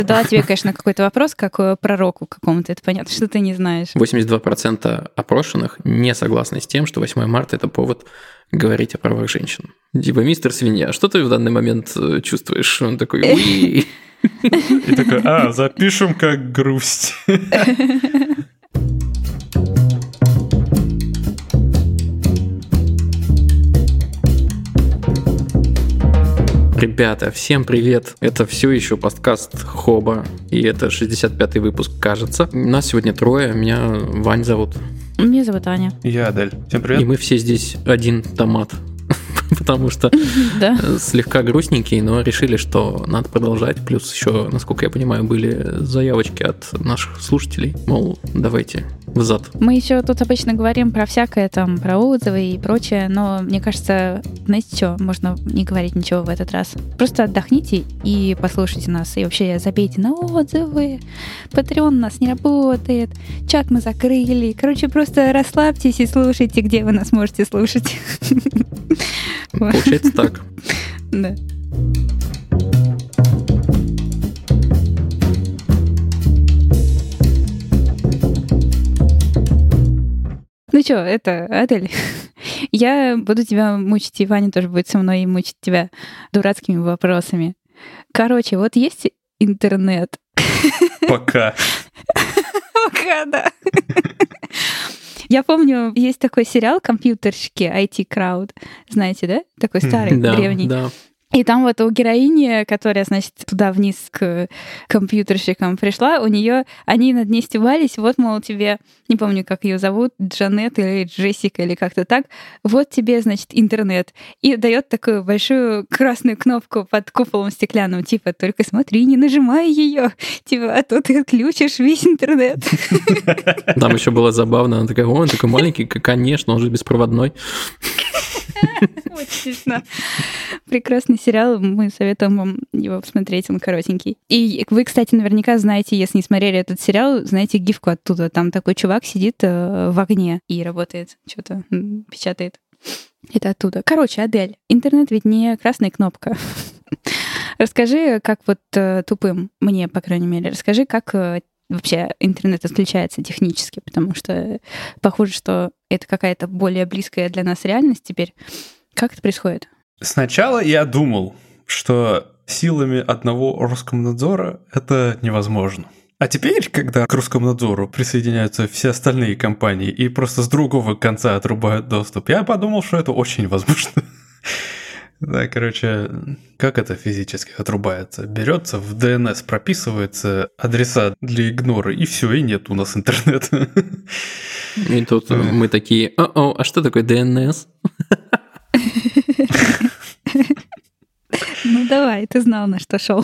Задала тебе, конечно, какой-то вопрос, как пророку какому-то. Это понятно, что ты не знаешь. 82% опрошенных не согласны с тем, что 8 марта – это повод говорить о правах женщин. Типа, мистер Свинья, что ты в данный момент чувствуешь? Он такой, уи. И такой, запишем как грусть. Ребята, всем привет! Это все еще подкаст Хоба, и это 65-й выпуск, кажется. Нас сегодня трое, меня Вань зовут. Меня зовут Аня. Я Адель. Всем привет. И мы все здесь один томат. Потому что слегка грустненькие, но решили, что надо продолжать. Плюс еще, насколько я понимаю, были заявочки от наших слушателей. Мол, давайте взад. Мы еще тут обычно говорим про всякое, там, про отзывы и прочее, но мне кажется, знаете что, можно не говорить ничего в этот раз. Просто отдохните и послушайте нас. И вообще забейте на отзывы. Patreon у нас не работает. Чат мы закрыли. Короче, просто расслабьтесь и слушайте, где вы нас можете слушать. Получается так. Да. Ну что, это, Адель, я буду тебя мучить, и Ваня тоже будет со мной мучить тебя дурацкими вопросами. Короче, вот есть интернет? Пока. Пока, да. Я помню, есть такой сериал «Компьютерщики», IT Crowd. Знаете, да? Такой старый, древний. Да. И там вот у героини, которая, значит, туда вниз к компьютерщикам пришла, у нее они над ней стебались, вот, мол, тебе, не помню, как ее зовут, Джанет или Джессика или как-то так, вот тебе, значит, интернет. И дает такую большую красную кнопку под куполом стеклянным, типа, только смотри, не нажимай ее, типа, а то ты отключишь весь интернет. Там еще было забавно, она такая, он такой маленький, конечно, он же беспроводной. Очень смешно. Прекрасный сериал, мы советуем вам его посмотреть, он коротенький. И вы, кстати, наверняка знаете, если не смотрели этот сериал, знаете гифку оттуда. Там такой чувак сидит в огне и работает, что-то печатает. Это оттуда. Короче, Адель, интернет ведь не красная кнопка. Расскажи, как вот тупым, мне, по крайней мере, расскажи, как вообще интернет отключается технически, потому что похоже, что это какая-то более близкая для нас реальность теперь. Как это происходит? Сначала я думал, что силами одного Роскомнадзора это невозможно. А теперь, когда к Роскомнадзору присоединяются все остальные компании и просто с другого конца отрубают доступ, я подумал, что это очень возможно. Да, короче, как это физически отрубается? Берется в DNS, прописывается адреса для игнора, и все, и нет у нас интернета. И тут мы такие, а что такое DNS? Ну давай, ты знал, на что шел.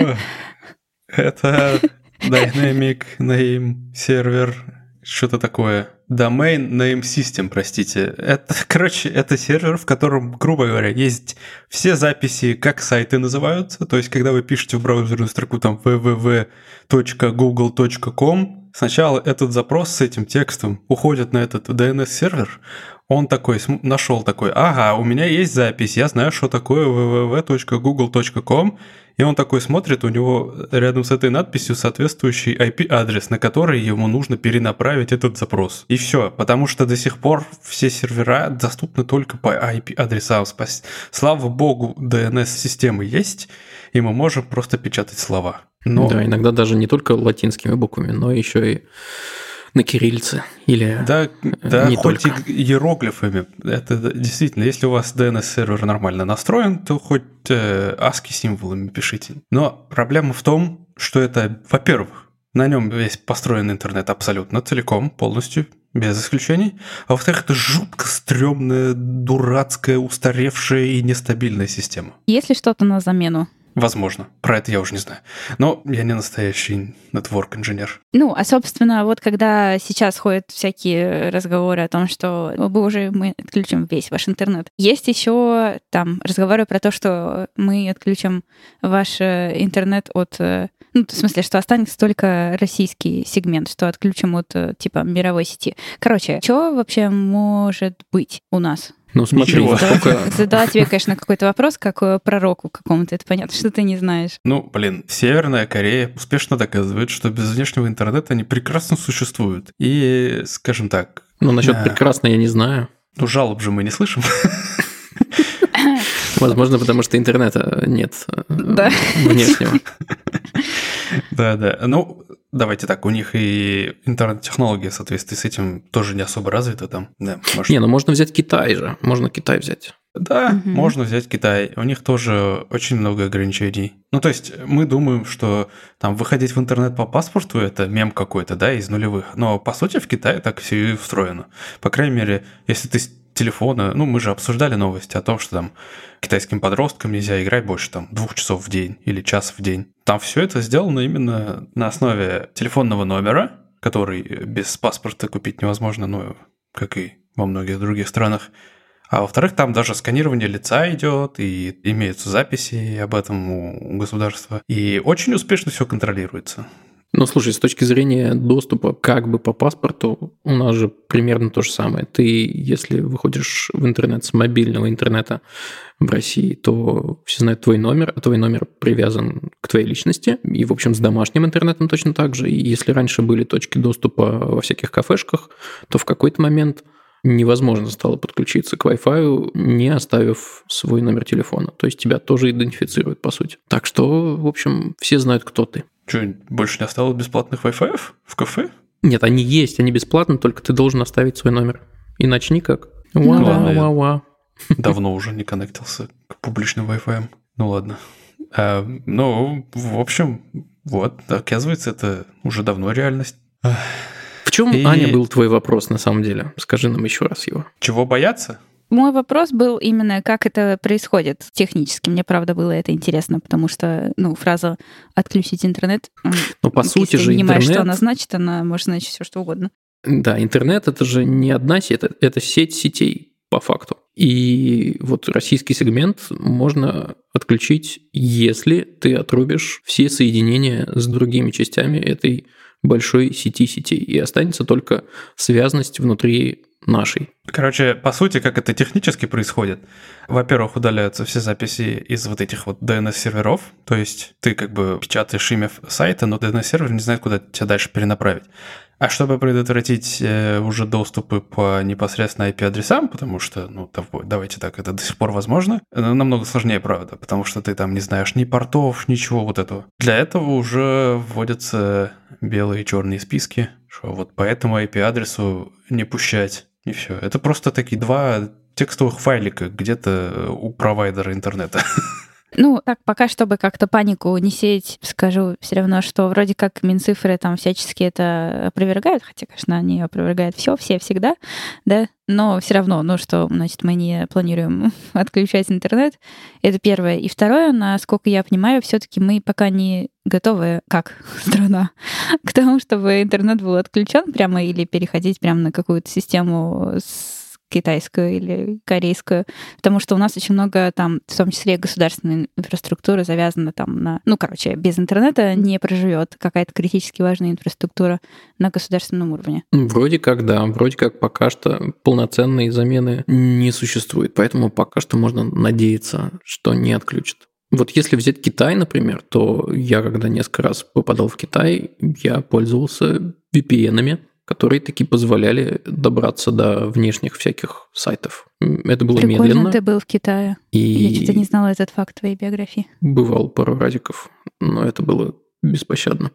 Это Dynamic Name Server, что-то такое. Domain Name System, простите. Это, короче, это сервер, в котором, грубо говоря, есть все записи, как сайты называются. То есть, когда вы пишете в браузерную строку там www.google.com, сначала этот запрос с этим текстом уходит на этот DNS-сервер. Он такой нашел такой, ага, у меня есть запись, я знаю, что такое www.google.com. И он такой смотрит, у него рядом с этой надписью соответствующий IP-адрес, на который ему нужно перенаправить этот запрос. И все, потому что до сих пор все сервера доступны только по IP-адресам. Слава богу, DNS-системы есть, и мы можем просто печатать слова. Но... Да, иногда даже не только латинскими буквами, но еще и на кириллице или да, не хоть только. и иероглифами. Это действительно, если у вас DNS-сервер нормально настроен, то хоть ASCII символами пишите. Но проблема в том, что это, во-первых, на нем весь построен интернет абсолютно целиком, полностью, без исключений. А во-вторых, это жутко стрёмная, дурацкая, устаревшая и нестабильная система. Есть ли что-то на замену? Возможно. Про это я уже не знаю. Но я не настоящий нетворк-инженер. Ну, а, собственно, вот когда сейчас ходят всякие разговоры о том, что мы отключим весь ваш интернет, есть еще там разговоры про то, что мы отключим ваш интернет от... Ну, в смысле, что останется только российский сегмент, что отключим от, типа, мировой сети. Короче, что вообще может быть у нас? Ну, смотри, Ничего. Задала тебе, конечно, какой-то вопрос, как пророку какому-то. Это понятно, что ты не знаешь. Ну, блин, Северная Корея успешно доказывает, что без внешнего интернета они прекрасно существуют. И, скажем так... Ну, насчет прекрасно я не знаю. Ну, жалоб же мы не слышим. Возможно, потому что интернета нет внешнего. Да. Ну, давайте так, у них и интернет-технология в соответствии с этим тоже не особо развита там. Да, может. Не, ну можно взять Китай же. Можно Китай взять. Да, можно взять Китай. У них тоже очень много ограничений. Ну, то есть мы думаем, что там выходить в интернет по паспорту – это мем какой-то, да, из нулевых. Но, по сути, в Китае так все и устроено. По крайней мере, если ты с телефона... Ну, мы же обсуждали новости о том, что там китайским подросткам нельзя играть больше там 2 часов в день или час в день. Там все это сделано именно на основе телефонного номера, который без паспорта купить невозможно, ну, как и во многих других странах. А во-вторых, там даже сканирование лица идет, и имеются записи об этом у государства. И очень успешно все контролируется. Ну, слушай, с точки зрения доступа как бы по паспорту, у нас же примерно то же самое. Ты, если выходишь в интернет с мобильного интернета в России, то все знают твой номер, а твой номер привязан к твоей личности. И, в общем, с домашним интернетом точно так же. И если раньше были точки доступа во всяких кафешках, то в какой-то момент невозможно стало подключиться к Wi-Fi, не оставив свой номер телефона. То есть тебя тоже идентифицируют, по сути. Так что, в общем, все знают, кто ты. Что, больше не осталось бесплатных Wi-Fi в кафе? Нет, они есть, они бесплатны, только ты должен оставить свой номер. Иначе никак. Давно уже не коннектился к публичным Wi-Fi. Ну ладно. Ну, в общем, вот, оказывается, это уже давно реальность. В чем, Аня, был твой вопрос на самом деле? Скажи нам еще раз его. Чего бояться? Мой вопрос был именно, как это происходит технически. Мне, правда, было это интересно, потому что, фраза «отключить интернет», но по сути же понимаешь, интернет... что она значит, она может значить все что угодно. Да, интернет – это же не одна сеть, это сеть сетей по факту. И вот российский сегмент можно отключить, если ты отрубишь все соединения с другими частями этой большой сети сетей, и останется только связность внутри нашей. Короче, по сути, как это технически происходит, во-первых, удаляются все записи из вот этих вот DNS-серверов, то есть ты как бы печатаешь имя сайта, но DNS-сервер не знает, куда тебя дальше перенаправить. А чтобы предотвратить уже доступы по непосредственно IP-адресам, потому что, давайте так, это до сих пор возможно, намного сложнее, правда, потому что ты там не знаешь ни портов, ничего вот этого. Для этого уже вводятся белые и черные списки, что вот по этому IP-адресу не пущать. И все. Это просто такие 2 текстовых файлика где-то у провайдера интернета. Так, пока, чтобы как-то панику не сеять, скажу все равно, что вроде как Минцифры там всячески это опровергают, хотя, конечно, они опровергают все всегда, да, но все равно, что, значит, мы не планируем отключать интернет. Это первое. И второе, насколько я понимаю, все-таки мы пока не готовы, как страна, к тому, чтобы интернет был отключен прямо или переходить прямо на какую-то систему китайскую или корейскую, потому что у нас очень много там, в том числе государственная инфраструктура завязана там на... без интернета не проживет какая-то критически важная инфраструктура на государственном уровне. Вроде как, да. Вроде как пока что полноценной замены не существует, поэтому пока что можно надеяться, что не отключат. Вот если взять Китай, например, то я, когда несколько раз попадал в Китай, я пользовался VPN-ами, которые таки позволяли добраться до внешних всяких сайтов. Это было Прикольно, медленно. Ты был в Китае. Я что-то не знала этот факт в твоей биографии. Бывал пару разиков, но это было беспощадно.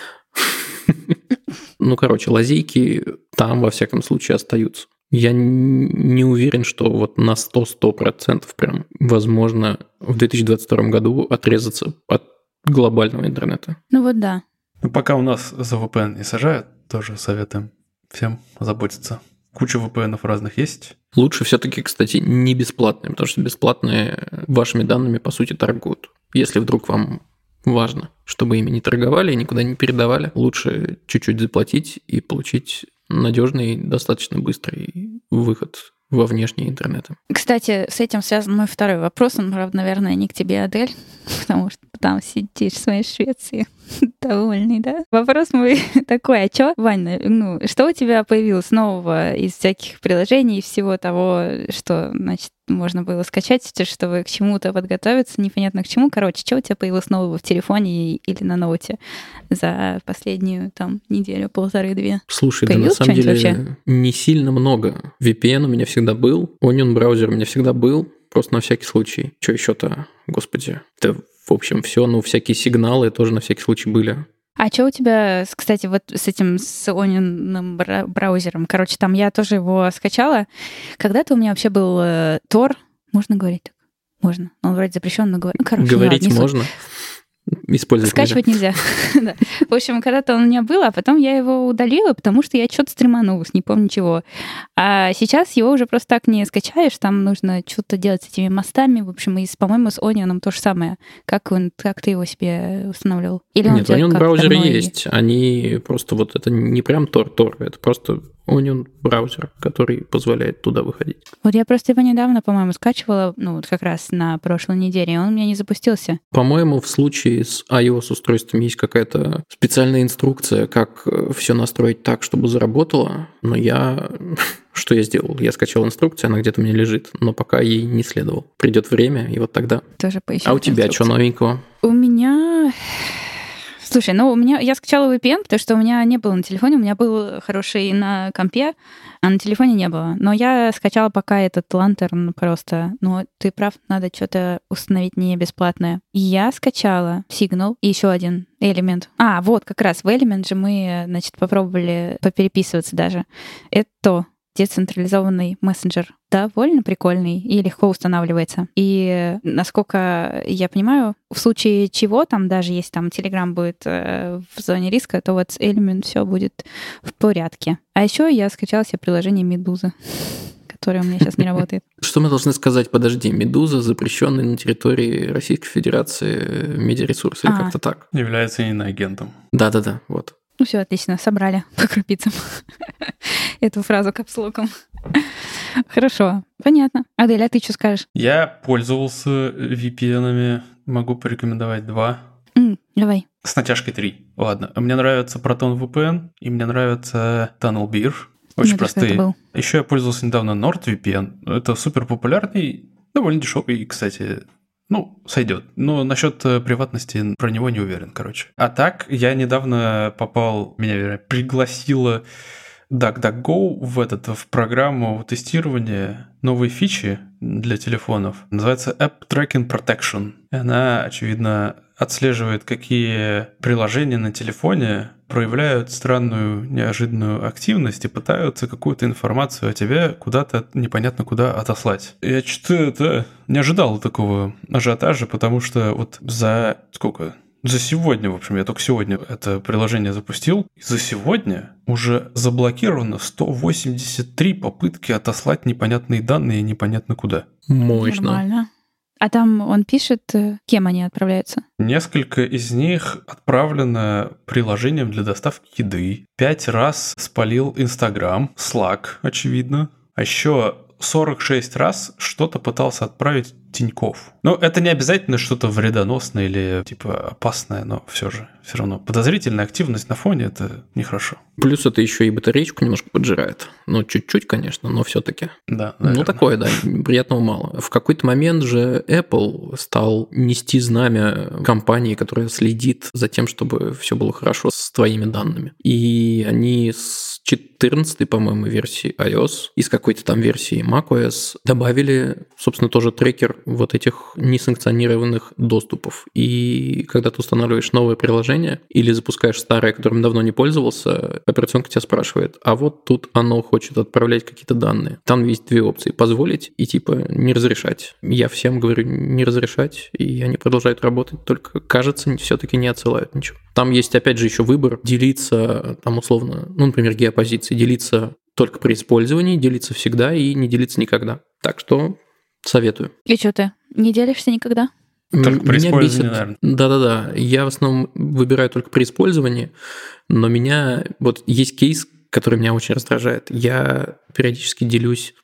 Лазейки там, во всяком случае, остаются. Я не уверен, что вот на 100% прям возможно в 2022 году отрезаться от глобального интернета. Да. Пока у нас за VPN не сажают, тоже советуем всем заботиться. Куча VPN-ов разных есть. Лучше все-таки, кстати, не бесплатные, потому что бесплатные вашими данными, по сути, торгуют. Если вдруг вам важно, чтобы ими не торговали и никуда не передавали, лучше чуть-чуть заплатить и получить надежный, достаточно быстрый выход во внешние интернеты. Кстати, с этим связан мой второй вопрос. Он, правда, наверное, не к тебе, Адель, потому там сидишь в своей Швеции, довольный, да? Вопрос мой такой, а чё, Ваня, что у тебя появилось нового из всяких приложений, всего того, что, значит, можно было скачать, чтобы к чему-то подготовиться, непонятно к чему. Короче, что у тебя появилось нового в телефоне или на ноуте за последнюю там неделю, полторы-две? Слушай, появилось да на самом деле вообще? Не сильно много. VPN у меня всегда был, Onion браузер у меня всегда был, просто на всякий случай. Что еще-то, господи. Да, в общем, все, всякие сигналы тоже на всякий случай были. А что у тебя, кстати, вот с этим, с Onion браузером? Короче, там я тоже его скачала. Когда-то у меня вообще был Tor. Можно говорить так? Можно. Он вроде запрещен, но говорить можно. Использовать скачивать нельзя. Да. В общем, когда-то он у меня был, а потом я его удалила, потому что я что-то стреманулась, не помню чего. А сейчас его уже просто так не скачаешь, там нужно что-то делать с этими мостами. В общем, и, по-моему, с Onion то же самое. Как ты его себе устанавливал? Или Нет, Onion браузеры есть. Они просто вот это не прям Tor, это просто Onion браузер, который позволяет туда выходить. Вот я просто его недавно, по-моему, скачивала, вот как раз на прошлой неделе, и он у меня не запустился. По-моему, в случае с iOS-устройством есть какая-то специальная инструкция, как все настроить так, чтобы заработало, но что я сделал? Я скачал инструкцию, она где-то у меня лежит, но пока ей не следовал. Придет время, и вот тогда. Тоже поищу. А у тебя что новенького? У меня... Слушай, я скачала VPN, потому что у меня не было на телефоне, у меня был хороший на компе, а на телефоне не было. Но я скачала пока этот Lantern просто. Но ты прав, надо что-то установить не бесплатное. И я скачала Signal и еще один Element. Вот как раз в Element же мы, значит, попробовали попереписываться даже. Это децентрализованный мессенджер. Довольно прикольный и легко устанавливается. И, насколько я понимаю, в случае чего, там даже если там Telegram будет в зоне риска, то вот с Element все будет в порядке. А еще я скачала себе приложение Медуза, которое у меня сейчас не работает. Что мы должны сказать? Подожди, Медуза, запрещенный на территории Российской Федерации медиаресурс, или как-то так? Является иноагентом. Да-да-да, вот. Все, отлично, собрали по крупицам эту фразу капслоком. Хорошо, понятно. Адель, а ты что скажешь? Я пользовался VPN-ами, могу порекомендовать 2. Давай. С натяжкой 3. Ладно, мне нравится Proton VPN, и мне нравится TunnelBear. Очень простые. Еще я пользовался недавно NordVPN. Это супер популярный, довольно дешевый, кстати. Сойдет. Но насчет приватности про него не уверен, короче. А так, я недавно меня пригласила DuckDuckGo в программу тестирования новой фичи для телефонов. Называется App Tracking Protection. Она, очевидно, отслеживает, какие приложения на телефоне проявляют странную, неожиданную активность и пытаются какую-то информацию о тебе куда-то непонятно куда отослать. Я что-то не ожидал такого ажиотажа, потому что вот за сегодня, в общем, я только сегодня это приложение запустил, и за сегодня уже заблокировано 183 попытки отослать непонятные данные непонятно куда. Мощно. Нормально. А там он пишет, кем они отправляются? Несколько из них отправлено приложением для доставки еды. 5 раз спалил Instagram, Slack, очевидно. А еще 46 раз что-то пытался отправить Тинькофф. Это не обязательно что-то вредоносное или опасное, но все равно подозрительная активность на фоне — это нехорошо. Плюс это еще и батареечку немножко поджирает. Чуть-чуть, конечно, но все-таки. Да, наверное. Такое, да, приятного мало. В какой-то момент же Apple стал нести знамя компании, которая следит за тем, чтобы все было хорошо с твоими данными. И они с 14-й, по-моему, версии iOS и с какой-то там версии macOS добавили, собственно, тоже трекер вот этих несанкционированных доступов. И когда ты устанавливаешь новое приложение или запускаешь старое, которым давно не пользовался, операционка тебя спрашивает, а вот тут оно хочет отправлять какие-то данные. Там есть 2 опции: позволить и не разрешать. Я всем говорю не разрешать, и они продолжают работать, только, кажется, все-таки не отсылают ничего. Там есть, опять же, еще выбор делиться, там условно, например, геопозиции, делиться только при использовании, делиться всегда и не делиться никогда. Так что советую. И что ты, не делишься никогда? Только при использовании, наверное. Да-да-да. Я в основном выбираю только при использовании, но есть кейс, который меня очень раздражает. Я периодически делюсь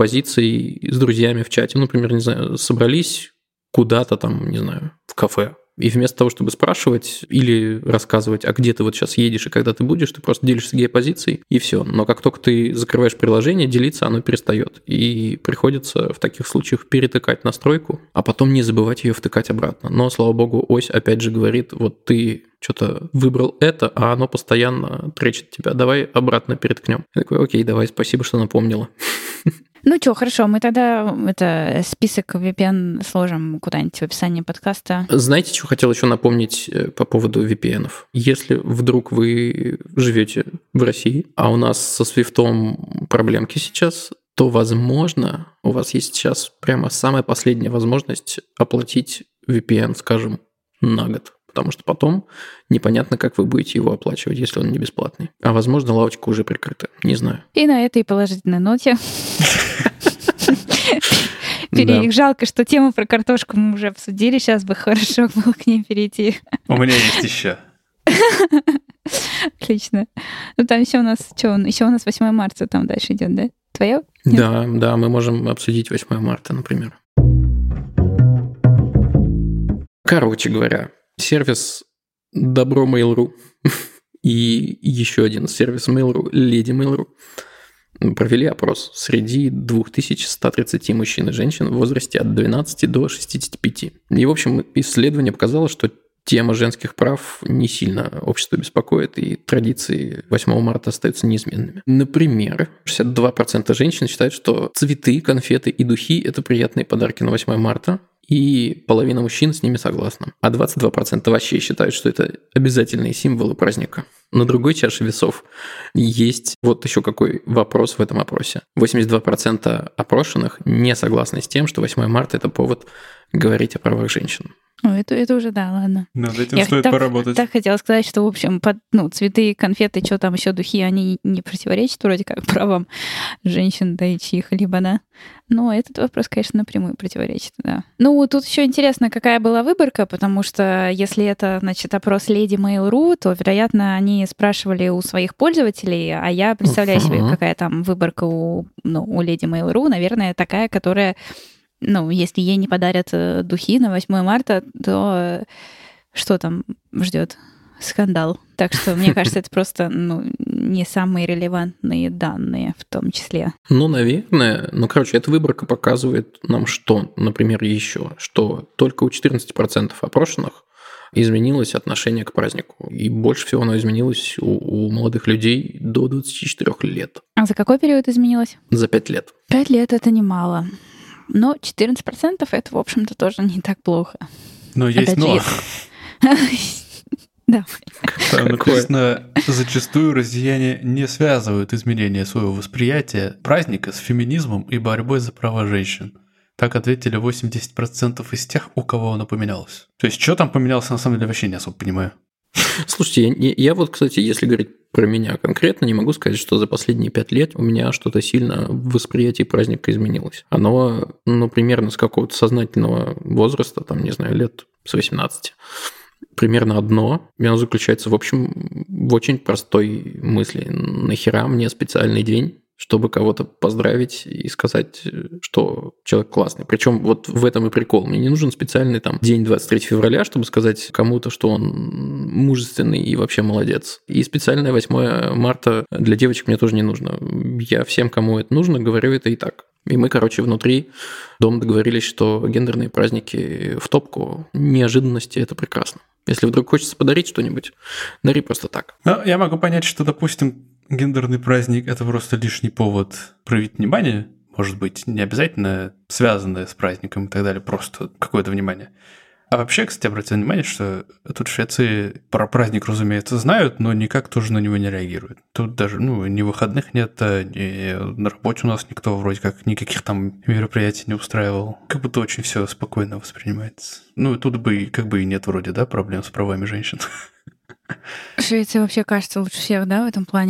геопозицией с друзьями в чате. Например, не знаю, собрались куда-то там, не знаю, в кафе. И вместо того, чтобы спрашивать или рассказывать, а где ты вот сейчас едешь и когда ты будешь, ты просто делишься геопозицией, и все. Но как только ты закрываешь приложение, делиться оно перестает. И приходится в таких случаях перетыкать настройку, а потом не забывать ее втыкать обратно. Но, слава богу, ось опять же говорит, вот ты что-то выбрал это, а оно постоянно тречит тебя. Давай обратно переткнем. Я такой, окей, давай, спасибо, что напомнила. Ну что, хорошо, мы тогда список VPN сложим куда-нибудь в описании подкаста. Знаете, что хотел еще напомнить по поводу VPN-ов? Если вдруг вы живете в России, а у нас со Свифтом проблемки сейчас, то, возможно, у вас есть сейчас прямо самая последняя возможность оплатить VPN, скажем, на год. Потому что потом непонятно, как вы будете его оплачивать, если он не бесплатный. А возможно, лавочка уже прикрыта. Не знаю. И на этой положительной ноте. Жалко, что тему про картошку мы уже обсудили. Сейчас бы хорошо было к ней перейти. У меня есть еще. Отлично. Ну там еще у нас 8 марта там дальше идет, да? Твое? Да, мы можем обсудить 8 марта, например. Короче говоря, сервис Добро Mail.ru и еще один сервис Mail.ru, Леди Mail.ru, провели опрос среди 2130 мужчин и женщин в возрасте от 12 до 65. И, в общем, исследование показало, что тема женских прав не сильно общество беспокоит, и традиции 8 марта остаются неизменными. Например, 62% женщин считают, что цветы, конфеты и духи – это приятные подарки на 8 марта, и половина мужчин с ними согласна. А 22% вообще считают, что это обязательные символы праздника. На другой чаше весов есть вот еще какой вопрос в этом опросе. 82% опрошенных не согласны с тем, что 8 марта – это повод говорить о правах женщин. Это уже да, ладно. Над этим стоит поработать. Так хотела сказать, что, в общем, цветы, конфеты, что там еще, духи, они не противоречат вроде как правам женщин, да и чьих-либо, да. Но этот вопрос, конечно, напрямую противоречит, да. Ну, тут еще интересно, какая была выборка, потому что если это, значит, опрос Lady Mail.ru, то, вероятно, они спрашивали у своих пользователей, а я представляю себе, какая там выборка у Lady Mail.ru, наверное, такая, которая... если ей не подарят духи на 8 марта, то что там ждет? Скандал. Так что, мне кажется, это просто не самые релевантные данные в том числе. Наверное. Эта выборка показывает нам, что, например, еще, что только у 14% опрошенных изменилось отношение к празднику. И больше всего оно изменилось у молодых людей до 24 лет. А за какой период изменилось? За 5 лет. 5 лет — это немало. Но 14% это, в общем-то, тоже не так плохо. Но есть но. Да. Там написано, зачастую россияне не связывают изменение своего восприятия праздника с феминизмом и борьбой за права женщин. Так ответили 80% из тех, у кого оно поменялось. То есть, что там поменялось, на самом деле, вообще не особо понимаю. Слушайте, я вот, кстати, если говорить про меня конкретно, не могу сказать, что за последние 5 лет у меня что-то сильно в восприятии праздника изменилось. Оно, примерно с какого-то сознательного возраста, лет с 18, примерно одно. И оно заключается, в общем, в очень простой мысли. Нахера мне специальный день, чтобы кого-то поздравить и сказать, что человек классный. Причем вот в этом и прикол. Мне не нужен специальный день 23 февраля, чтобы сказать кому-то, что он мужественный и вообще молодец. И специальное 8 марта для девочек мне тоже не нужно. Я всем, кому это нужно, говорю это и так. И мы, внутри дома договорились, что гендерные праздники в топку. Неожиданности – это прекрасно. Если вдруг хочется подарить что-нибудь, дари просто так. Я могу понять, что, допустим, гендерный праздник – это просто лишний повод проявить внимание, может быть, не обязательно связанное с праздником и так далее, просто какое-то внимание. А вообще, кстати, обратил внимание, что тут в Швеции про праздник, разумеется, знают, но никак тоже на него не реагируют. Тут даже, ни выходных нет, ни на работе у нас никто вроде как никаких там мероприятий не устраивал. Как будто очень все спокойно воспринимается. Тут бы и нет вроде, да, проблем с правами женщин. Швеция вообще кажется лучше всех, да, в этом плане?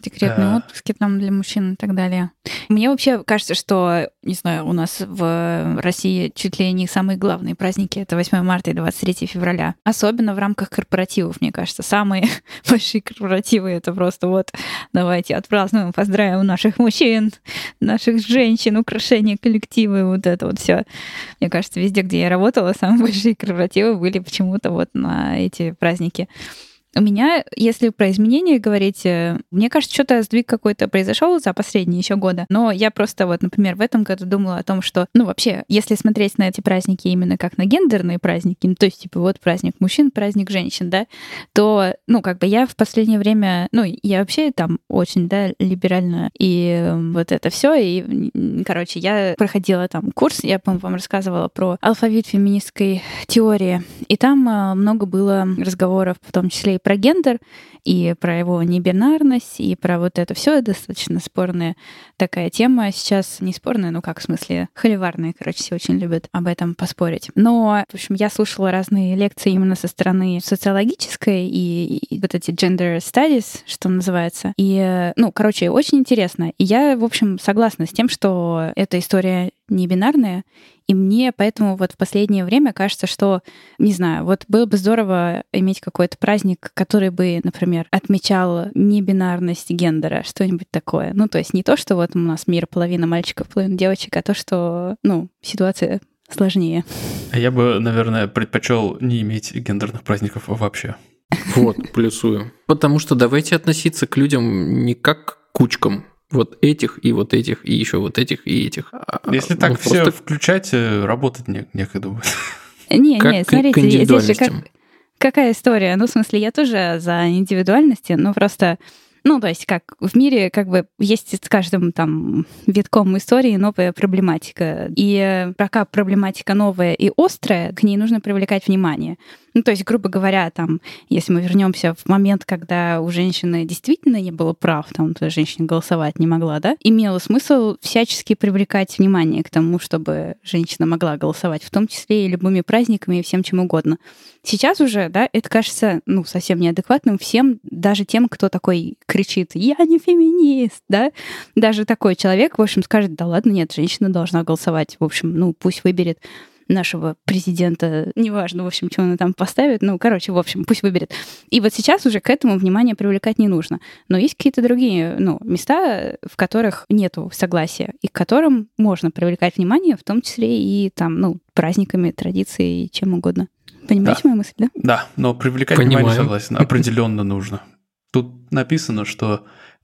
декретные отпуски там для мужчин и так далее. Мне вообще кажется, что, не знаю, у нас в России чуть ли не самые главные праздники — это 8 марта и 23 февраля. Особенно в рамках корпоративов, мне кажется. Самые большие корпоративы — это просто вот давайте отпразднуем, поздравим наших мужчин, наших женщин, украшения коллектива и вот это вот все. Мне кажется, везде, где я работала, самые большие корпоративы были почему-то вот на эти праздники. У меня, если про изменения говорить, мне кажется, что-то сдвиг какой-то произошел за последние еще годы. Но я просто вот, например, в этом году думала о том, что, ну, вообще, если смотреть на эти праздники именно как на гендерные праздники, ну, то есть, типа, вот праздник мужчин, праздник женщин, да, то, ну, как бы я в последнее время, ну, я вообще там очень, да, либеральна, и вот это все, и, короче, я проходила там курс, я, по-моему, вам рассказывала про алфавит феминистской теории, и там много было разговоров, в том числе и про гендер, и про его небинарность, и про вот это все достаточно спорная такая тема. Сейчас не спорная, ну как, в смысле, холиварные, короче, все очень любят об этом поспорить. Но, в общем, я слушала разные лекции именно со стороны социологической и вот эти gender studies, что называется. И, ну, короче, очень интересно. И я, в общем, согласна с тем, что эта история не бинарная, и мне поэтому вот в последнее время кажется, что, не знаю, вот было бы здорово иметь какой-то праздник, который бы, например, отмечал небинарность гендера, что-нибудь такое. Ну, то есть не то, что вот у нас мир половина мальчиков, половина девочек, а то, что, ну, ситуация сложнее. А я бы, наверное, предпочел не иметь гендерных праздников вообще. Вот, плюсую. Потому что давайте относиться к людям не как к кучкам. Вот этих, и еще вот этих, и этих. Если так все просто включать, работать некогда будет. Не, смотрите, здесь же какая история. Ну, в смысле, я тоже за индивидуальности, но просто... Ну, то есть как в мире как бы есть с каждым там витком истории новая проблематика. И пока проблематика новая и острая, к ней нужно привлекать внимание. Ну, то есть, грубо говоря, там, если мы вернемся в момент, когда у женщины действительно не было прав, там, женщина голосовать не могла, да, имело смысл всячески привлекать внимание к тому, чтобы женщина могла голосовать, в том числе и любыми праздниками и всем чем угодно. Сейчас уже, да, это кажется, ну, совсем неадекватным всем, даже тем, кто такой кричит «я не феминист», да, даже такой человек, в общем, скажет «да ладно, нет, женщина должна голосовать», в общем, ну, пусть выберет нашего президента, неважно, в общем, что он там поставит, ну, короче, в общем, пусть выберет. И вот сейчас уже к этому внимание привлекать не нужно. Но есть какие-то другие, ну, места, в которых нету согласия, и к которым можно привлекать внимание, в том числе и там, ну, праздниками, традицией, чем угодно. Понимаете мою мысль, да? Да, но привлекать внимание, согласен, определенно нужно. Тут написано, что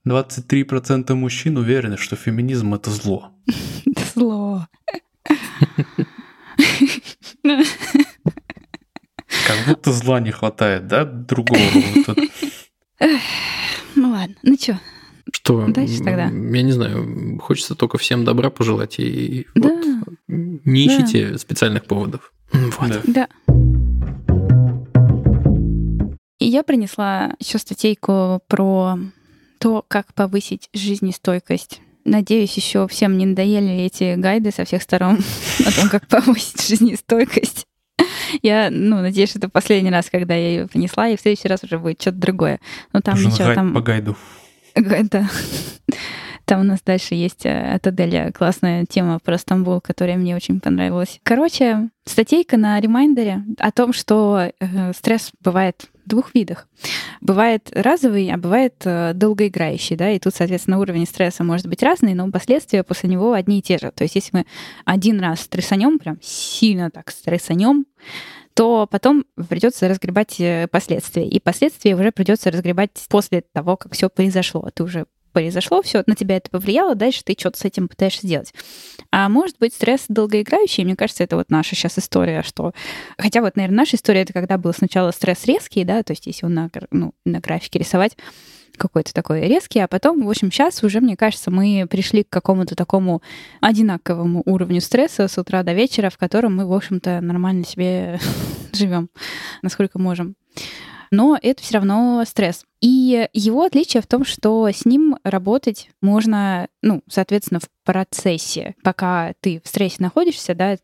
23% мужчин уверены, что феминизм — это зло. Зло. Как будто зла не хватает, да? Другого. Ну ладно, ну чё? Что? Дальше тогда. Я не знаю, хочется только всем добра пожелать. И да. Вот, не ищите специальных поводов. Вот. Да. И я принесла еще статейку про то, как повысить жизнестойкость. Надеюсь, еще всем не надоели эти гайды со всех сторон о том, как повысить жизнестойкость. Я, надеюсь, что это последний раз, когда я ее принесла, и в следующий раз уже будет что-то другое. Но там ничего, там... по гайду. Да. Там у нас дальше есть от Аделя классная тема про Стамбул, которая мне очень понравилась. Короче, статейка на ремайндере о том, что стресс бывает в двух видах. Бывает разовый, а бывает долгоиграющий, да, и тут, соответственно, уровень стресса может быть разный, но последствия после него одни и те же. То есть если мы один раз стрессанем, прям сильно так стрессанем, то потом придется разгребать последствия. И последствия уже придется разгребать после того, как все произошло. Ты уже произошло, все, на тебя это повлияло, дальше ты что-то с этим пытаешься сделать. А может быть, стресс долгоиграющий, мне кажется, это вот наша сейчас история, что... Хотя вот, наверное, наша история — это когда был сначала стресс резкий, да, то есть если на графике рисовать, какой-то такой резкий, а потом, в общем, сейчас уже, мне кажется, мы пришли к какому-то такому одинаковому уровню стресса с утра до вечера, в котором мы, в общем-то, нормально себе живем, насколько можем. Но это все равно стресс. И его отличие в том, что с ним работать можно, соответственно, в процессе, пока ты в стрессе находишься, да,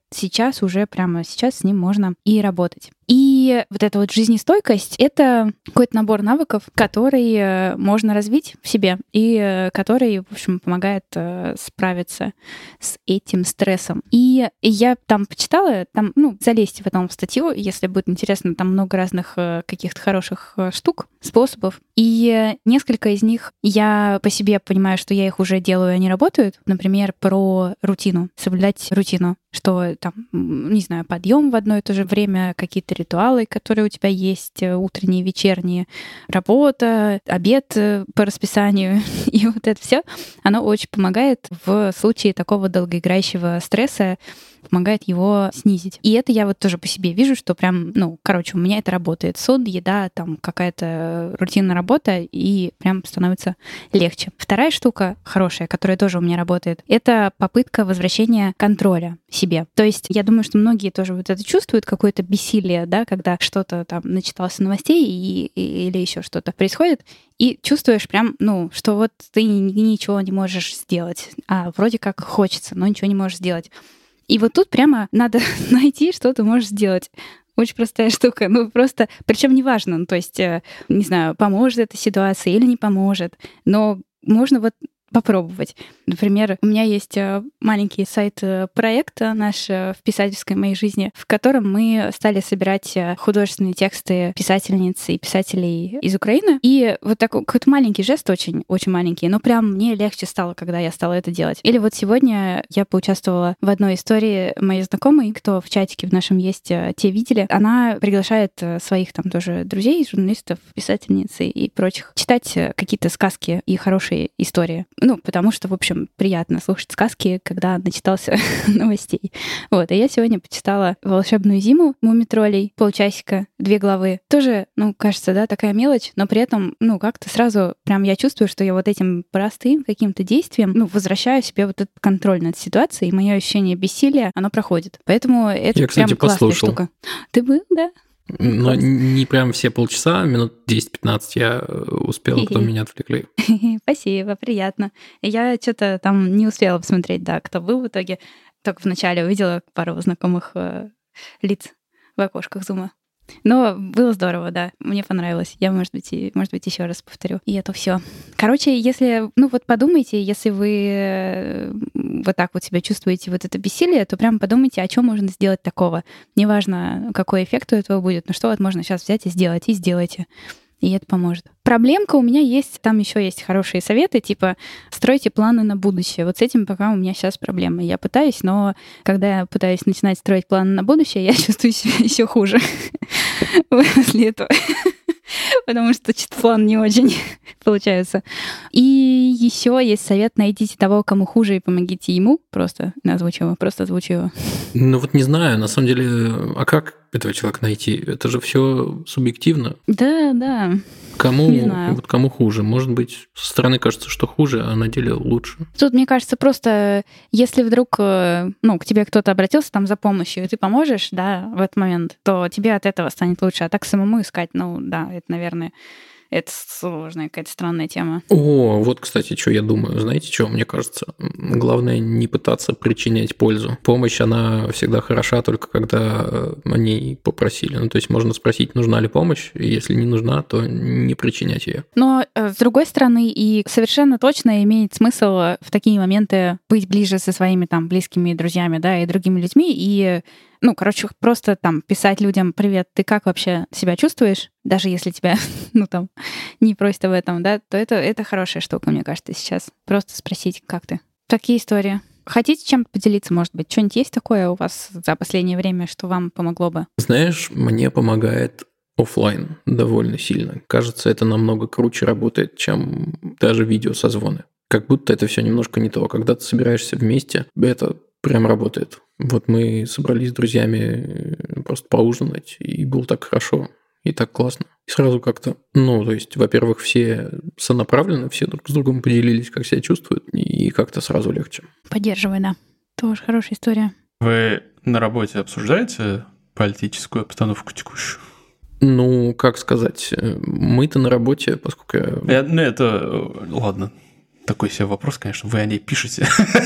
прямо сейчас с ним можно и работать. И вот эта вот жизнестойкость — это какой-то набор навыков, который можно развить в себе и который, в общем, помогает справиться с этим стрессом. И я там почитала, залезьте потом в статью, если будет интересно, там много разных каких-то хороших штук, способов. И несколько из них я по себе понимаю, что я их уже делаю, и они работают. Например, про рутину, соблюдать рутину, что там, не знаю, подъем в одно и то же время, какие-то ритуалы, которые у тебя есть, утренние, вечерние, работа, обед по расписанию, и вот это все, оно очень помогает в случае такого долгоиграющего стресса, помогает его снизить. И это я вот тоже по себе вижу, что прям, у меня это работает. Сон, еда, там какая-то рутинная работа, и прям становится легче. Вторая штука хорошая, которая тоже у меня работает, это попытка возвращения контроля себе. То есть я думаю, что многие тоже вот это чувствуют, какое-то бессилие, да, когда что-то там начитался новостей или еще что-то происходит, и чувствуешь прям, что вот ты ничего не можешь сделать, а вроде как хочется, но ничего не можешь сделать. И вот тут прямо надо найти, что ты можешь сделать. Очень простая штука. Просто, причем неважно, то есть, не знаю, поможет эта ситуация или не поможет, но можно вот попробовать. Например, у меня есть маленький сайт-проект наш в писательской моей жизни, в котором мы стали собирать художественные тексты писательниц и писателей из Украины. И вот такой какой-то маленький жест, очень маленький, но прям мне легче стало, когда я стала это делать. Или вот сегодня я поучаствовала в одной истории моей знакомой, кто в чатике в нашем есть, те видели. Она приглашает своих там тоже друзей, журналистов, писательниц и прочих читать какие-то сказки и хорошие истории. Потому что, в общем, приятно слушать сказки, когда начитался новостей. Вот, и я сегодня почитала «Волшебную зиму» Мумитролей, полчасика, 2 главы. Тоже, кажется, да, такая мелочь, но при этом, как-то сразу прям я чувствую, что я вот этим простым каким-то действием, возвращаю себе вот этот контроль над ситуацией, и мое ощущение бессилия, оно проходит. Поэтому это я, кстати, прям классная послушал. Штука. Ты был, да? Но не прям все полчаса, минут 10-15 я успела, потом меня отвлекли. Спасибо, приятно. Я что-то там не успела посмотреть, да, кто был в итоге. Только вначале увидела пару знакомых лиц в окошках зума. Но было здорово, да. Мне понравилось. Я, может быть, еще раз повторю. И это все. Короче, если, подумайте, если вы вот так вот себя чувствуете, вот это бессилие, то прям подумайте, о чем можно сделать такого. Неважно, какой эффект у этого будет, но что вот можно сейчас взять и сделать, и сделайте. И это поможет. Проблемка у меня есть, там еще есть хорошие советы, типа стройте планы на будущее. Вот с этим пока у меня сейчас проблемы. Я пытаюсь, но когда я пытаюсь начинать строить планы на будущее, я чувствую себя еще хуже после этого. Потому что план не очень получается. И еще есть совет: найдите того, кому хуже, и помогите ему. Просто озвучу его. Не знаю, на самом деле, а как этого человека найти? Это же все субъективно. Да. Кому хуже? Может быть, со стороны кажется, что хуже, а на деле лучше. Тут, мне кажется, просто если вдруг к тебе кто-то обратился там за помощью, и ты поможешь, да, в этот момент, то тебе от этого станет лучше. А так самому искать, это, наверное, это сложная какая-то странная тема. Вот, кстати, что я думаю. Знаете, что мне кажется? Главное не пытаться причинять пользу. Помощь, она всегда хороша только когда о ней попросили. То есть можно спросить, нужна ли помощь, и если не нужна, то не причинять ее. Но, с другой стороны, и совершенно точно имеет смысл в такие моменты быть ближе со своими там близкими друзьями, да, и другими людьми, и просто там писать людям: привет, ты как вообще себя чувствуешь? Даже если тебя, не просят об этом, да, то это хорошая штука, мне кажется, сейчас. Просто спросить, как ты. Такие истории. Хотите чем-то поделиться, может быть? Что-нибудь есть такое у вас за последнее время, что вам помогло бы? Знаешь, мне помогает офлайн довольно сильно. Кажется, это намного круче работает, чем даже видеосозвоны. Как будто это все немножко не то. Когда ты собираешься вместе, это прям работает. Вот мы собрались с друзьями просто поужинать, и было так хорошо, и так классно. И сразу как-то, во-первых, все сонаправлены, все друг с другом поделились, как себя чувствуют, и как-то сразу легче. Поддерживаю, да. Тоже хорошая история. Вы на работе обсуждаете политическую обстановку текущую? Ну, как сказать, мы-то на работе, поскольку... Ладно, такой себе вопрос, конечно, вы о ней пишете.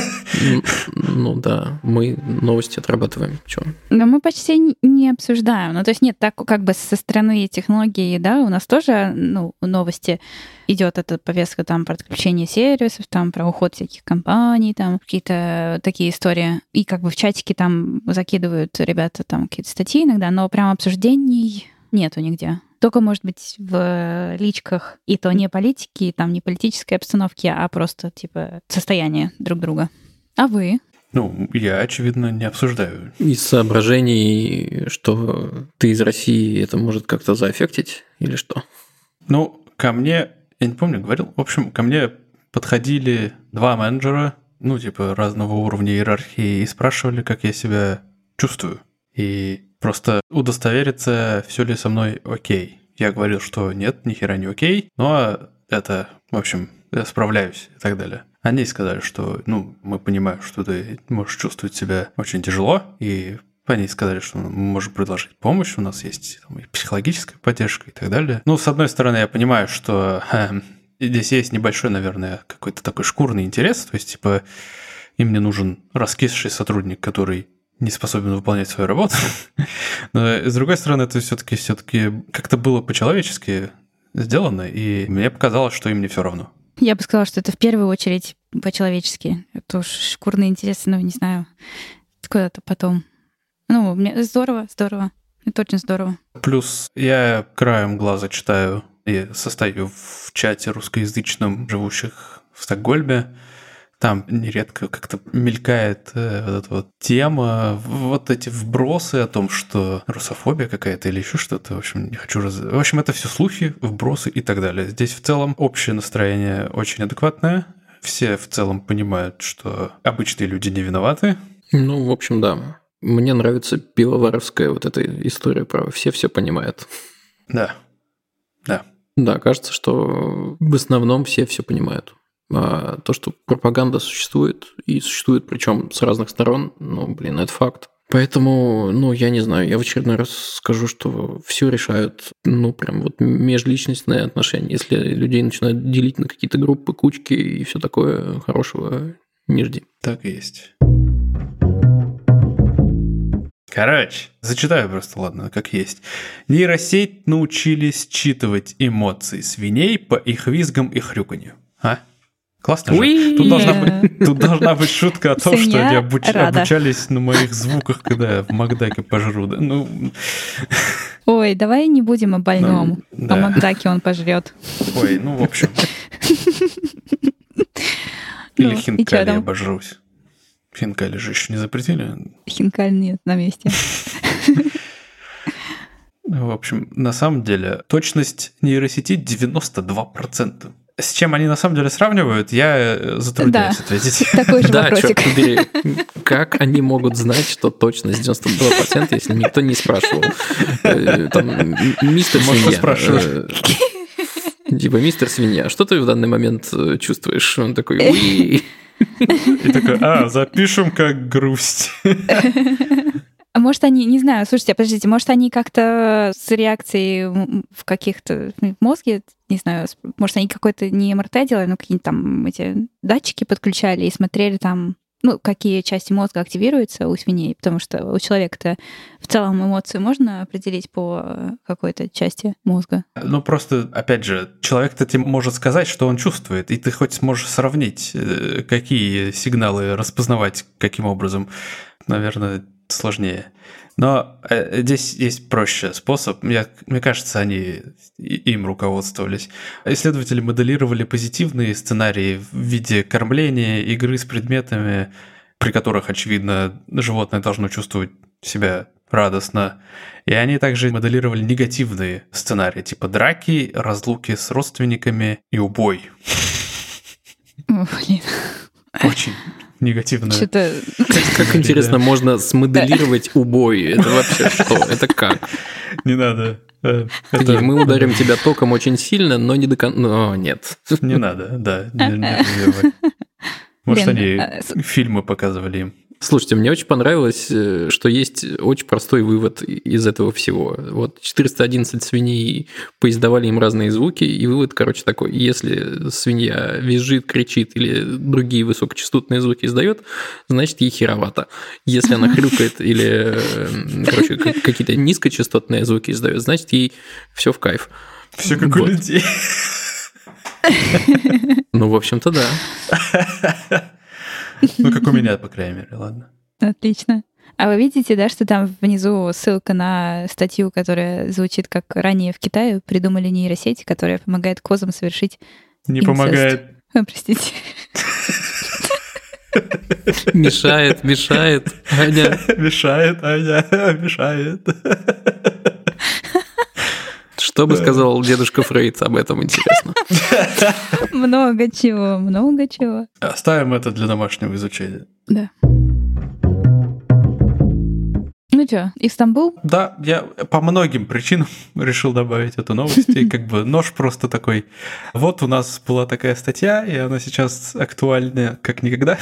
Ну да, мы новости отрабатываем. Чё? Но мы почти не обсуждаем. Ну, то есть нет, так как бы со стороны технологий, да, у нас тоже, новости идет эта повестка там про отключение сервисов, там про уход всяких компаний, там какие-то такие истории. И как бы в чатике там закидывают ребята там какие-то статьи иногда, но прям обсуждений нету нигде. Только, может быть, в личках, и то не политики, там не политической обстановки, а просто, типа, состояние друг друга. А вы? Ну, я, очевидно, не обсуждаю. Из соображений, что ты из России, это может как-то заэффектить или что? Ну, ко мне, я не помню, говорил, в общем, ко мне подходили 2 менеджера, разного уровня иерархии, и спрашивали, как я себя чувствую. И просто удостовериться, все ли со мной окей. Я говорил, что нет, ни хера не окей, но это, в общем, я справляюсь и так далее. Они сказали, что, мы понимаем, что ты можешь чувствовать себя очень тяжело, и они сказали, что мы можем предложить помощь, у нас есть и психологическая поддержка и так далее. С одной стороны, я понимаю, что здесь есть небольшой, наверное, какой-то такой шкурный интерес, то есть, им не нужен раскисший сотрудник, который не способен выполнять свою работу. Но, с другой стороны, это все-таки как-то было по-человечески сделано, и мне показалось, что им не все равно. Я бы сказала, что это в первую очередь по-человечески. Это уж шкурные интересы, не знаю, куда-то потом. Мне здорово. Это очень здорово. Плюс я краем глаза читаю и состою в чате русскоязычном, живущих в Стокгольме. Там нередко как-то мелькает вот эта тема, вот эти вбросы о том, что русофобия какая-то или еще что-то. В общем, не хочу В общем, это все слухи, вбросы и так далее. Здесь в целом общее настроение очень адекватное. Все в целом понимают, что обычные люди не виноваты. В общем, да. Мне нравится пивоваровская вот эта история про все понимают. Да. Да, кажется, что в основном все понимают. А то, что пропаганда существует, и существует причем с разных сторон, это факт. Поэтому, я не знаю, я в очередной раз скажу, что все решают, прям межличностные отношения. Если людей начинают делить на какие-то группы, кучки и все такое, хорошего не жди. Так и есть. Короче, зачитаю просто, ладно, как есть. Нейросеть научились считывать эмоции свиней по их визгам и хрюканью. Классно же. Тут должна быть шутка о том, что они обучались на моих звуках, когда я в Макдаке пожру. Да? Ой, давай не будем о больном. О Макдаке он пожрет. Ой, в общем. Или хинкали я обожрусь. Хинкали же еще не запретили. Хинкаль нет на месте. В общем, на самом деле, точность нейросети 92%. С чем они на самом деле сравнивают, я затрудняюсь ответить. Такой же вопросик. Да, черт побери. Как они могут знать, что точность 92%, если никто не спрашивал? Там, мистер Свинья. Типа, мистер Свинья, что ты в данный момент чувствуешь? Он такой, уи. И такой, запишем как грусть. А может, они, не знаю, слушайте, подождите, может, они как-то с реакцией в каких-то в мозге, не знаю, может, они какой-то не МРТ делали, но какие-нибудь там эти датчики подключали и смотрели там, какие части мозга активируются у свиней, потому что у человека-то в целом эмоции можно определить по какой-то части мозга. Просто, опять же, человек-то тебе может сказать, что он чувствует, и ты хоть сможешь сравнить, какие сигналы распознавать, каким образом, наверное, сложнее. Но здесь есть проще способ. Мне кажется, они им руководствовались. Исследователи моделировали позитивные сценарии в виде кормления, игры с предметами, при которых, очевидно, животное должно чувствовать себя радостно. И они также моделировали негативные сценарии, типа драки, разлуки с родственниками и убой. Блин. Очень негативно. Как интересно, можно смоделировать убой. Это вообще что? Это как? Не надо. Мы ударим тебя током очень сильно, но не до конца. Нет. Не надо, да. Может, они фильмы показывали им. Слушайте, мне очень понравилось, что есть очень простой вывод из этого всего. Вот 411 свиней поиздавали им разные звуки, и вывод, короче, такой. Если свинья визжит, кричит или другие высокочастотные звуки издает, значит, ей херовато. Если она хрюкает или, короче, какие-то низкочастотные звуки издает, значит, ей все в кайф. Все как у людей. Ну, в общем-то, да. Ну, как у меня, по крайней мере, ладно. Отлично. А вы видите, да, что там внизу ссылка на статью, которая звучит как «Ранее в Китае придумали нейросеть, которая помогает козам совершить Не инцест». помогает. Простите. Мешает, Аня. Мешает, Аня, мешает. Что бы сказал дедушка Фрейд об этом, интересно? Много чего. Оставим это для домашнего изучения. Да. Ну что, Истанбул? Да, я по многим причинам решил добавить эту новость. И как бы нож просто такой. Вот у нас была такая статья, и она сейчас актуальна как никогда.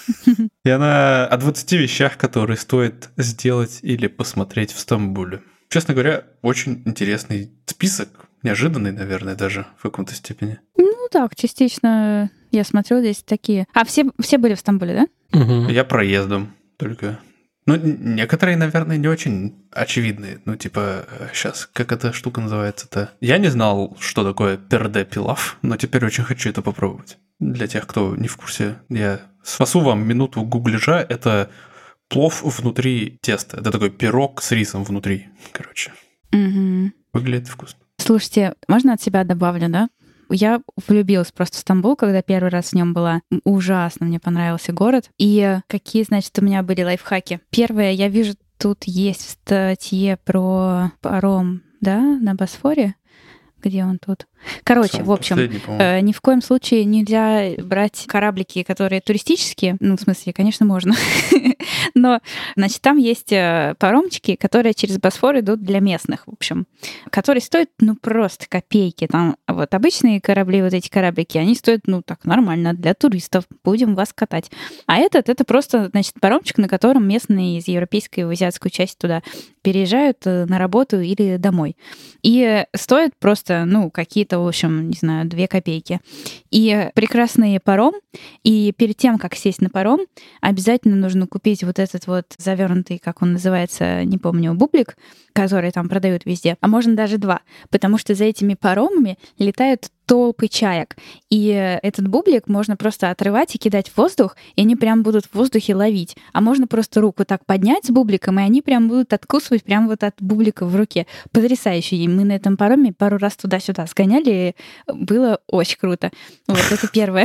И она о 20 вещах, которые стоит сделать или посмотреть в Стамбуле. Честно говоря, очень интересный список. Неожиданный, наверное, даже в каком-то степени. Ну так, частично я смотрю, здесь такие. А все были в Стамбуле, да? Угу. Я проездом только. Ну, некоторые, наверное, не очень очевидные. Ну, типа, сейчас, как эта штука называется-то? Я не знал, что такое перде-пилав, но теперь очень хочу это попробовать. Для тех, кто не в курсе, я спасу вам минуту гуглежа. Это плов внутри теста. Это такой пирог с рисом внутри, короче. Угу. Выглядит вкусно. Слушайте, можно от себя добавлю, да? Я влюбилась просто в Стамбул, когда первый раз в нем была. Ужасно мне понравился город. И какие, значит, у меня были лайфхаки. Первое, я вижу, тут есть статья про паром, да, на Босфоре. Где он тут? Короче, в общем, ни в коем случае нельзя брать кораблики, которые туристические. Ну, в смысле, конечно, можно. Но, значит, там есть паромчики, которые через Босфор идут для местных, в общем, которые стоят, ну, просто копейки. Там вот обычные корабли, вот эти кораблики, они стоят, ну, так, нормально, для туристов. Будем вас катать. А это просто, значит, паромчик, на котором местные из европейской в азиатскую часть туда переезжают на работу или домой. И стоит просто, ну, какие-то, в общем, не знаю, 2 копейки. И прекрасный паром. И перед тем, как сесть на паром, обязательно нужно купить вот этот вот завернутый, как он называется, не помню, бублик, который там продают везде. А можно даже 2, потому что за этими паромами летают толпы чаек. И этот бублик можно просто отрывать и кидать в воздух, и они прям будут в воздухе ловить. А можно просто руку так поднять с бубликом, и они прям будут откусывать прям вот от бублика в руке. Потрясающе. И мы на этом пароме пару раз туда-сюда сгоняли, было очень круто. Вот это первое.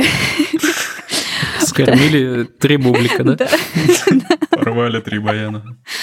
Скормили 3 бублика, да? Порвали 3 баяна.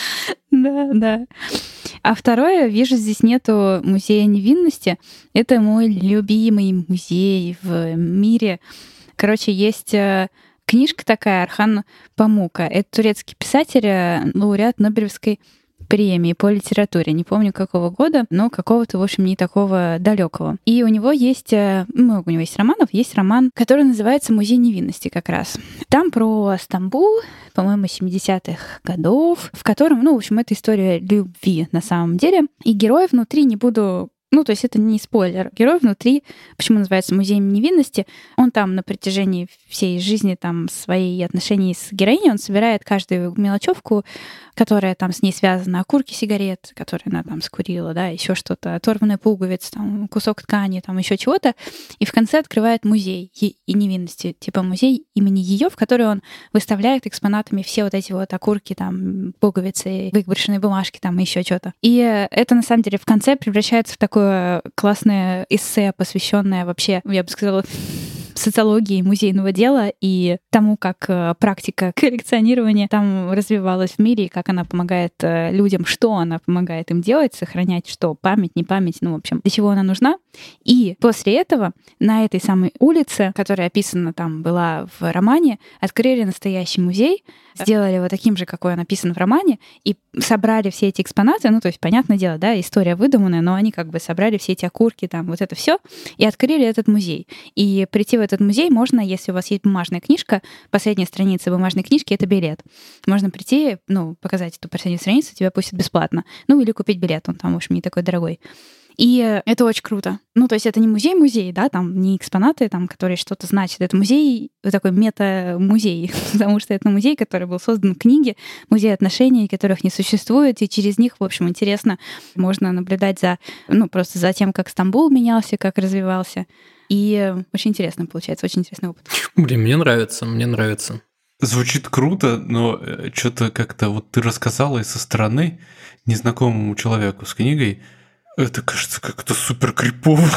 Да. А второе, вижу, здесь нету музея невинности. Это мой любимый музей в мире. Короче, есть книжка такая, Орхан Памука. Это турецкий писатель, лауреат Нобелевской премии по литературе. Не помню, какого года, но какого-то, в общем, не такого далекого. И у него есть, много у него есть романов. Есть роман, который называется «Музей невинности» как раз. Там про Стамбул, по-моему, 70-х годов, в котором, ну, в общем, это история любви на самом деле. И герой внутри не буду... Ну, то есть это не спойлер. Герой внутри, почему называется «Музеем невинности», он там на протяжении всей жизни, там, своей отношений с героиней, он собирает каждую мелочевку, которая там с ней связана, окурки сигарет, которые она там скурила, да, еще что-то, оторванная пуговица, там, кусок ткани, там, еще чего-то, и в конце открывает музей и невинности, типа музей имени ее, в который он выставляет экспонатами все вот эти вот окурки, там, пуговицы, выброшенные бумажки, там, еще что-то. И это, на самом деле, в конце превращается в такое классное эссе, посвященное вообще, я бы сказала, социологии музейного дела и тому, как практика коллекционирования там развивалась в мире, и как она помогает людям, что она помогает им делать, сохранять что, память, не память, ну, в общем, для чего она нужна. И после этого на этой самой улице, которая описана там была в романе, открыли настоящий музей, сделали его таким же, какой он описан в романе, и собрали все эти экспонаты, ну, то есть, понятное дело, да, история выдуманная, но они как бы собрали все эти окурки, там, вот это все и открыли этот музей. И прийти в этот этот музей можно, если у вас есть бумажная книжка, последняя страница бумажной книжки — это билет. Можно прийти, показать эту последнюю страницу, тебя пустят бесплатно. Или купить билет, он там, в общем, не такой дорогой. И это очень круто. То есть это не музей-музей, да, там не экспонаты, там, которые что-то значат. Это музей, такой мета-музей, потому что это музей, который был создан в книге, музей отношений, которых не существует, и через них, в общем, интересно, можно наблюдать просто за тем, как Стамбул менялся, как развивался. И очень интересно получается, очень интересный опыт. Блин, мне нравится. Звучит круто, но что-то как-то вот ты рассказала и со стороны незнакомому человеку с книгой, это кажется как-то супер крипово.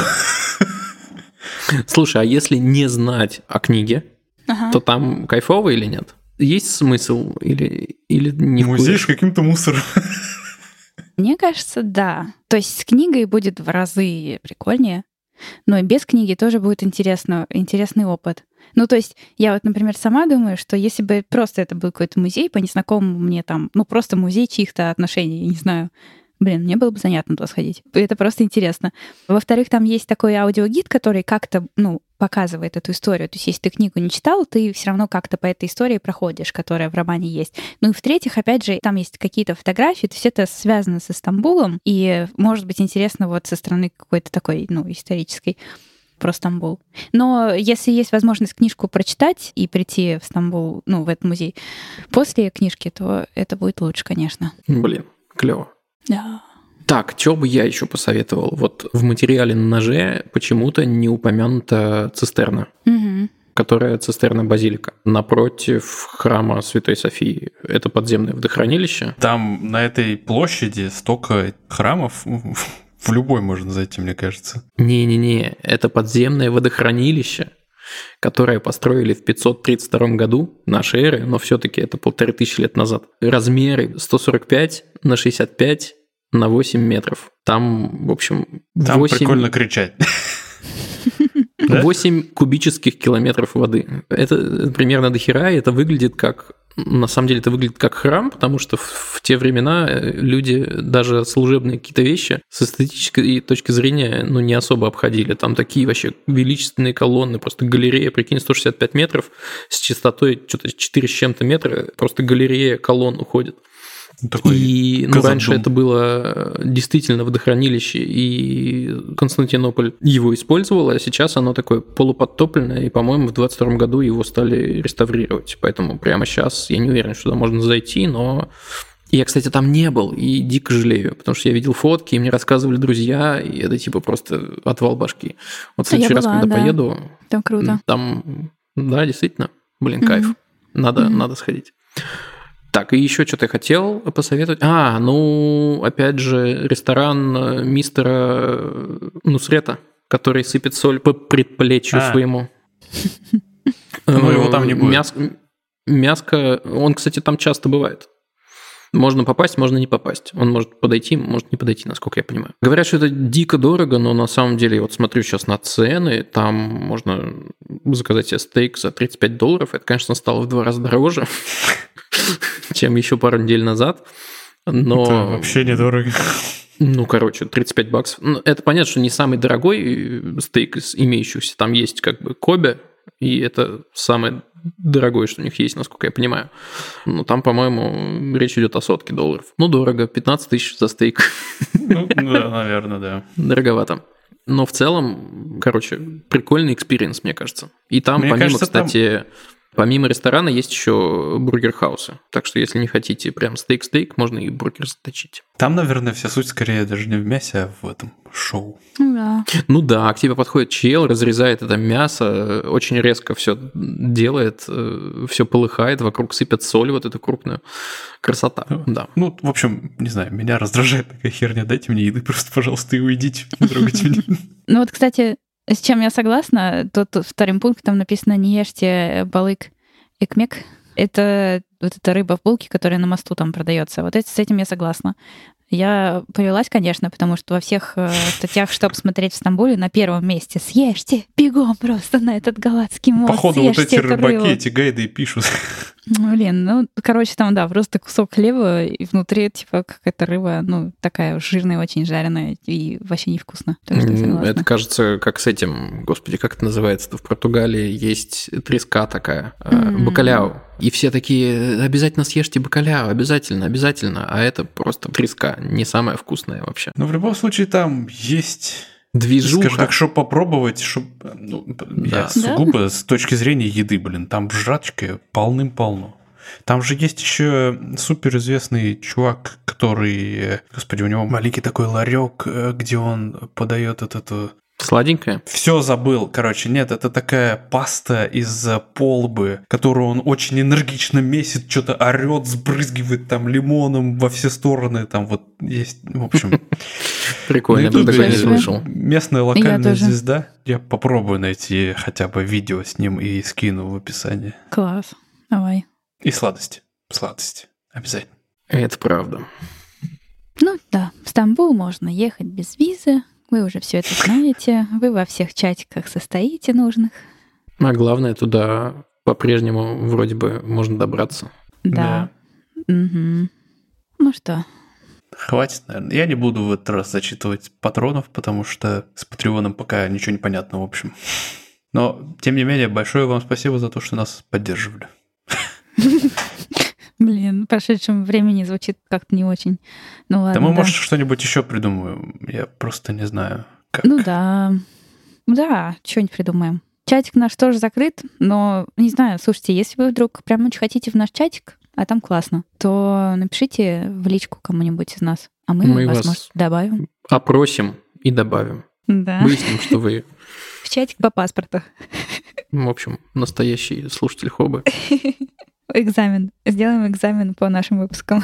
Слушай, а если не знать о книге, то там кайфово или нет? Есть смысл или не? Музей с каким-то мусором. Мне кажется, да. То есть с книгой будет в разы прикольнее, но и без книги тоже будет интересный опыт. То есть я вот, например, сама думаю, что если бы просто это был какой-то музей по незнакомому мне там, просто музей чьих-то отношений, я не знаю, мне было бы занятно туда сходить. Это просто интересно. Во-вторых, там есть такой аудиогид, который как-то, показывает эту историю. То есть, если ты книгу не читал, ты все равно как-то по этой истории проходишь, которая в романе есть. И в-третьих, опять же, там есть какие-то фотографии, то есть это связано со Стамбулом, и может быть интересно вот со стороны какой-то такой, исторической про Стамбул. Но если есть возможность книжку прочитать и прийти в Стамбул, в этот музей после книжки, то это будет лучше, конечно. Блин, клево. Да. Так, что бы я еще посоветовал? Вот в материале на ноже почему-то не упомянута цистерна, которая цистерна-базилика напротив храма Святой Софии. Это подземное водохранилище. Там на этой площади столько храмов, в любой можно зайти, мне кажется. Не-не-не, это подземное водохранилище, которое построили в 532 году нашей эры, но все-таки это 1500 лет назад. Размеры 145 на 65 на 8 метров. Там, в общем, там 8... прикольно кричать. 8 кубических километров воды. Это примерно дохера, и это выглядит как... На самом деле это выглядит как храм, потому что в те времена люди даже служебные какие-то вещи с эстетической точки зрения не особо обходили. Там такие вообще величественные колонны, просто галерея, прикинь, 165 метров с частотой что-то 4 с чем-то метра, просто галерея колонн уходит. И раньше это было действительно водохранилище, и Константинополь его использовал, а сейчас оно такое полуподтопленное, и, по-моему, в 22 году его стали реставрировать. Поэтому прямо сейчас я не уверен, что туда можно зайти, но... Я, кстати, там не был, и дико жалею, потому что я видел фотки, и мне рассказывали друзья, и это типа просто отвал башки. Вот в следующий раз, когда поеду... Там круто. Там, да, действительно, кайф. Надо сходить. Так, и еще что-то я хотел посоветовать. Опять же, ресторан мистера Нусрета, который сыпет соль по предплечью своему. Его там не будет. Мяско, он, кстати, там часто бывает. Можно попасть, можно не попасть. Он может подойти, может не подойти, насколько я понимаю. Говорят, что это дико дорого, но на самом деле, я вот смотрю сейчас на цены, там можно заказать себе стейк за $35. Это, конечно, стало в 2 раза дороже, чем еще пару недель назад. Но... Это вообще недорого. $35. Это понятно, что не самый дорогой стейк из имеющихся. Там есть как бы Kobe, и это самое дорогое, что у них есть, насколько я понимаю. Но там, по-моему, речь идет о $100. Дорого. 15 тысяч за стейк. Да, наверное, да. Дороговато. Но в целом, прикольный экспириенс, мне кажется. И там, помимо ресторана, есть еще бургер-хаусы. Так что, если не хотите прям стейк-стейк, можно и бургер заточить. Там, наверное, вся суть скорее даже не в мясе, а в этом шоу. Да. К тебе подходит чел, разрезает это мясо, очень резко все делает, все полыхает, вокруг сыпят соль вот эту крупную. Красота, да. В общем, не знаю, меня раздражает такая херня. Дайте мне еды просто, пожалуйста, и уйдите, не трогайте меня. Кстати, с чем я согласна, тут вторым пунктом написано «не ешьте балык экмек». Это вот эта рыба в булке, которая на мосту там продается. С этим я согласна. Я повелась, конечно, потому что во всех статьях, чтобы смотреть в Стамбуле, на первом месте съешьте бегом просто на этот галатский мост. Походу, вот эти рыбаки, эти гайды и пишут. Блин, короче, там, да, просто кусок хлеба, и внутри, типа, какая-то рыба, такая жирная, очень жареная, и вообще невкусно. Это кажется, как с этим, господи, как это называется-то, в Португалии есть треска такая, бакаляу. И все такие, обязательно съешьте бакаляу, обязательно, а это просто треска, не самая вкусная вообще. Но в любом случае там есть... Движуха. Скажем так, что попробовать, я сугубо с точки зрения еды, там в жрачке полным-полно. Там же есть еще суперизвестный чувак, который, господи, у него маленький такой ларек, где он подает эту... Сладенькая? Все забыл. Короче, нет, это такая паста из полбы, которую он очень энергично месит, что-то орет, сбрызгивает там лимоном во все стороны. Там вот есть, в общем... Прикольно, я даже не слышал. Местная локальная звезда. Я попробую найти хотя бы видео с ним и скину в описании. Класс, давай. И сладости. Обязательно. Это правда. Да, в Стамбул можно ехать без визы. Вы уже все это знаете. Вы во всех чатиках состоите нужных. А главное, туда по-прежнему вроде бы можно добраться. Да. Угу. Ну что? Хватит, наверное. Я не буду в этот раз зачитывать патронов, потому что с Патреоном пока ничего не понятно, в общем. Но, тем не менее, большое вам спасибо за то, что нас поддерживали. Блин, в прошедшем времени звучит как-то не очень. Ну ладно. Да мы, может, что-нибудь еще придумаем. Я просто не знаю, как. Да. Да, что-нибудь придумаем. Чатик наш тоже закрыт, но, не знаю, слушайте, если вы вдруг прям очень хотите в наш чатик, а там классно, то напишите в личку кому-нибудь из нас, а мы вас, может, добавим. Опросим и добавим. Да. Выясним, что вы... В чатик по паспорту. В общем, настоящий слушатель Хоббы. Экзамен. Сделаем экзамен по нашим выпускам.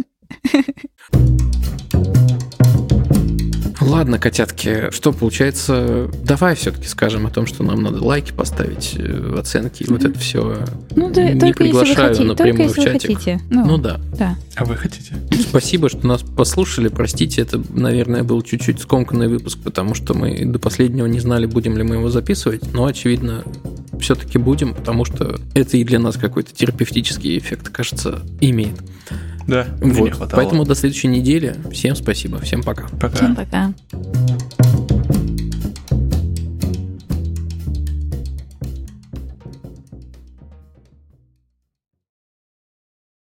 Ладно, котятки, что получается? Давай все-таки скажем о том, что нам надо лайки поставить, оценки, вот это все. Не приглашаю напрямую в чатик. Да. А вы хотите? Спасибо, что нас послушали. Простите, это, наверное, был чуть-чуть скомканный выпуск, потому что мы до последнего не знали, будем ли мы его записывать, но, очевидно, все-таки будем, потому что это и для нас какой-то терапевтический эффект, кажется, имеет. Да, вот. Поэтому до следующей недели. Всем спасибо, всем пока. Всем пока.